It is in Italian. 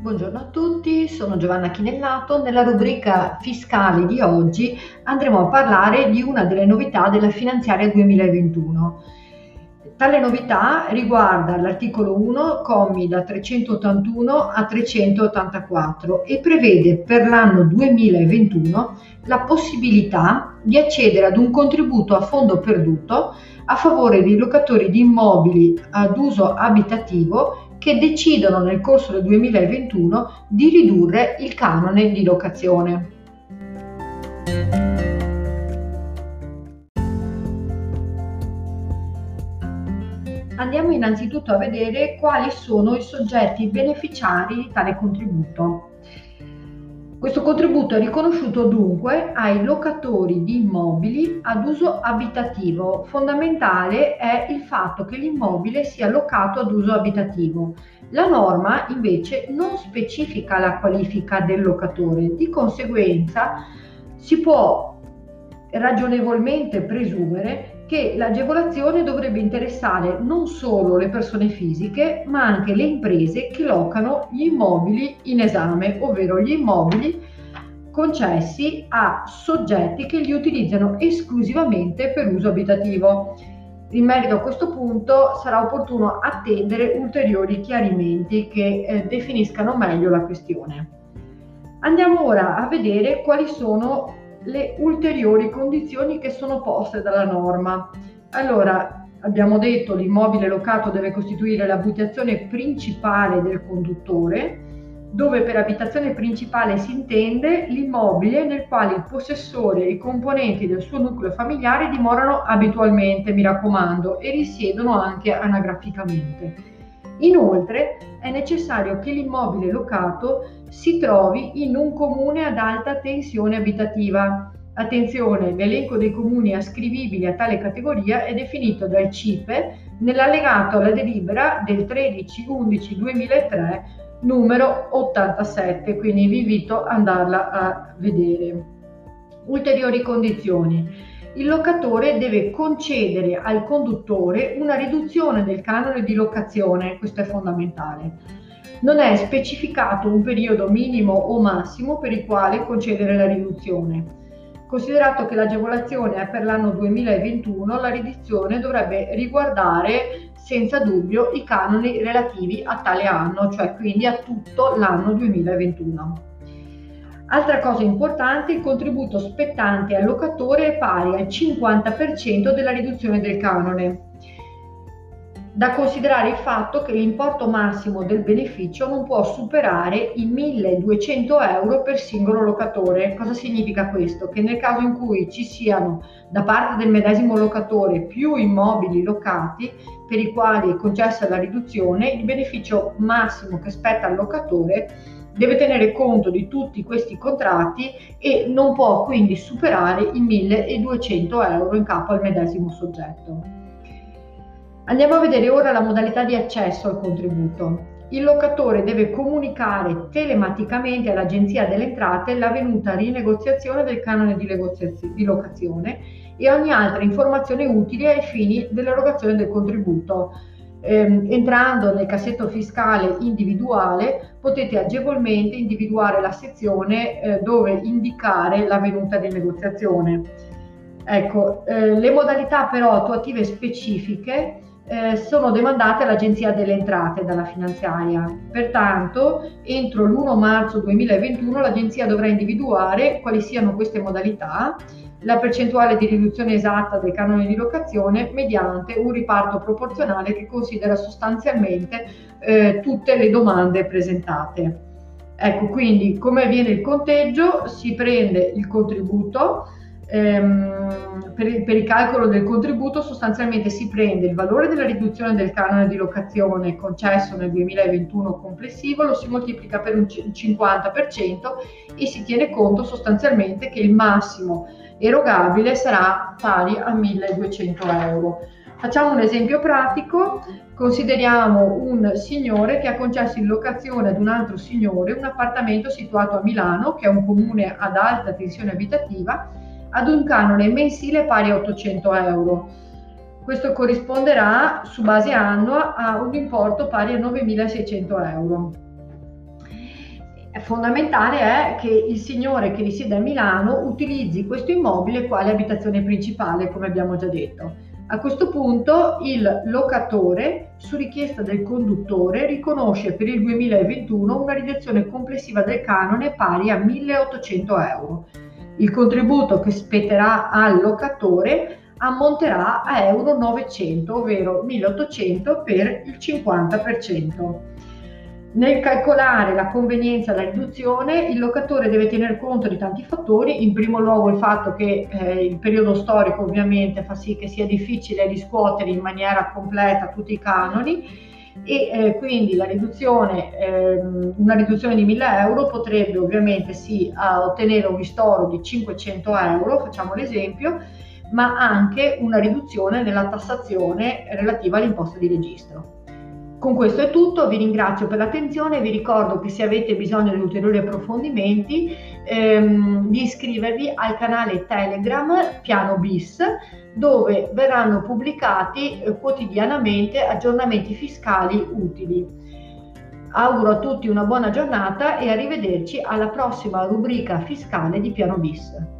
Buongiorno a tutti, sono Giovanna Chinellato. Nella rubrica fiscale di oggi andremo a parlare di una delle novità della finanziaria 2021. Tale novità riguarda l'articolo 1, commi da 381 a 384 e prevede per l'anno 2021 la possibilità di accedere ad un contributo a fondo perduto a favore dei locatori di immobili ad uso abitativo che decidono nel corso del 2021 di ridurre il canone di locazione. Andiamo innanzitutto a vedere quali sono i soggetti beneficiari di tale contributo. Questo contributo è riconosciuto dunque ai locatori di immobili ad uso abitativo. Fondamentale è il fatto che l'immobile sia locato ad uso abitativo. La norma invece non specifica la qualifica del locatore, di conseguenza si può ragionevolmente presumere che l'agevolazione dovrebbe interessare non solo le persone fisiche, ma anche le imprese che locano gli immobili in esame, ovvero gli immobili concessi a soggetti che li utilizzano esclusivamente per uso abitativo. In merito a questo punto sarà opportuno attendere ulteriori chiarimenti che definiscano meglio la questione. Andiamo ora a vedere quali sono le ulteriori condizioni che sono poste dalla norma. Allora, abbiamo detto l'immobile locato deve costituire l'abitazione principale del conduttore, dove per abitazione principale si intende l'immobile nel quale il possessore e i componenti del suo nucleo familiare dimorano abitualmente, mi raccomando, e risiedono anche anagraficamente. Inoltre è necessario che l'immobile locato si trovi in un comune ad alta tensione abitativa. Attenzione, l'elenco dei comuni ascrivibili a tale categoria è definito dal CIPE nell'allegato alla delibera del 13/11/2003 numero 87, quindi vi invito ad andarla a vedere. Ulteriori condizioni. Il locatore deve concedere al conduttore una riduzione del canone di locazione, questo è fondamentale. Non è specificato un periodo minimo o massimo per il quale concedere la riduzione. Considerato che l'agevolazione è per l'anno 2021, la riduzione dovrebbe riguardare senza dubbio i canoni relativi a tale anno, cioè quindi a tutto l'anno 2021. Altra cosa importante, il contributo spettante al locatore è pari al 50% della riduzione del canone. Da considerare il fatto che l'importo massimo del beneficio non può superare i 1.200 euro per singolo locatore. Cosa significa questo? Che nel caso in cui ci siano da parte del medesimo locatore più immobili locati per i quali è concessa la riduzione, il beneficio massimo che spetta al locatore deve tenere conto di tutti questi contratti e non può quindi superare i 1.200 euro in capo al medesimo soggetto. Andiamo a vedere ora la modalità di accesso al contributo. Il locatore deve comunicare telematicamente all'Agenzia delle Entrate l'avvenuta rinegoziazione del canone di locazione e ogni altra informazione utile ai fini dell'erogazione del contributo. Entrando nel cassetto fiscale individuale potete agevolmente individuare la sezione dove indicare l'avvenuta rinegoziazione. Ecco, le modalità però attuative specifiche sono demandate all'Agenzia delle Entrate dalla finanziaria. Pertanto, entro l'1 marzo 2021 l'Agenzia dovrà individuare quali siano queste modalità, la percentuale di riduzione esatta del canone di locazione mediante un riparto proporzionale che considera sostanzialmente tutte le domande presentate. Ecco, quindi come avviene il conteggio? Si prende il contributo. Per il calcolo del contributo sostanzialmente si prende il valore della riduzione del canone di locazione concesso nel 2021 complessivo, lo si moltiplica per un 50% e si tiene conto sostanzialmente che il massimo erogabile sarà pari a 1.200 euro. Facciamo un esempio pratico. Consideriamo un signore che ha concesso in locazione ad un altro signore un appartamento situato a Milano, che è un comune ad alta tensione abitativa, ad un canone mensile pari a 800 euro. Questo corrisponderà su base annua a un importo pari a 9.600 euro. Fondamentale è che il signore che risiede a Milano utilizzi questo immobile quale abitazione principale, come abbiamo già detto. A questo punto il locatore, su richiesta del conduttore, riconosce per il 2021 una riduzione complessiva del canone pari a 1.800 euro. Il contributo che spetterà al locatore ammonterà a euro 900, ovvero 1.800 per il 50%. Nel calcolare la convenienza della riduzione, il locatore deve tener conto di tanti fattori, in primo luogo il fatto che il periodo storico ovviamente fa sì che sia difficile riscuotere in maniera completa tutti i canoni e quindi la riduzione, una riduzione di 1.000 euro potrebbe ovviamente sì ottenere un ristoro di 500 euro, facciamo l'esempio, ma anche una riduzione nella tassazione relativa all'imposta di registro. Con questo è tutto, vi ringrazio per l'attenzione, vi ricordo che se avete bisogno di ulteriori approfondimenti di iscrivervi al canale Telegram Piano Bis, dove verranno pubblicati quotidianamente aggiornamenti fiscali utili. Auguro a tutti una buona giornata e arrivederci alla prossima rubrica fiscale di Piano Bis.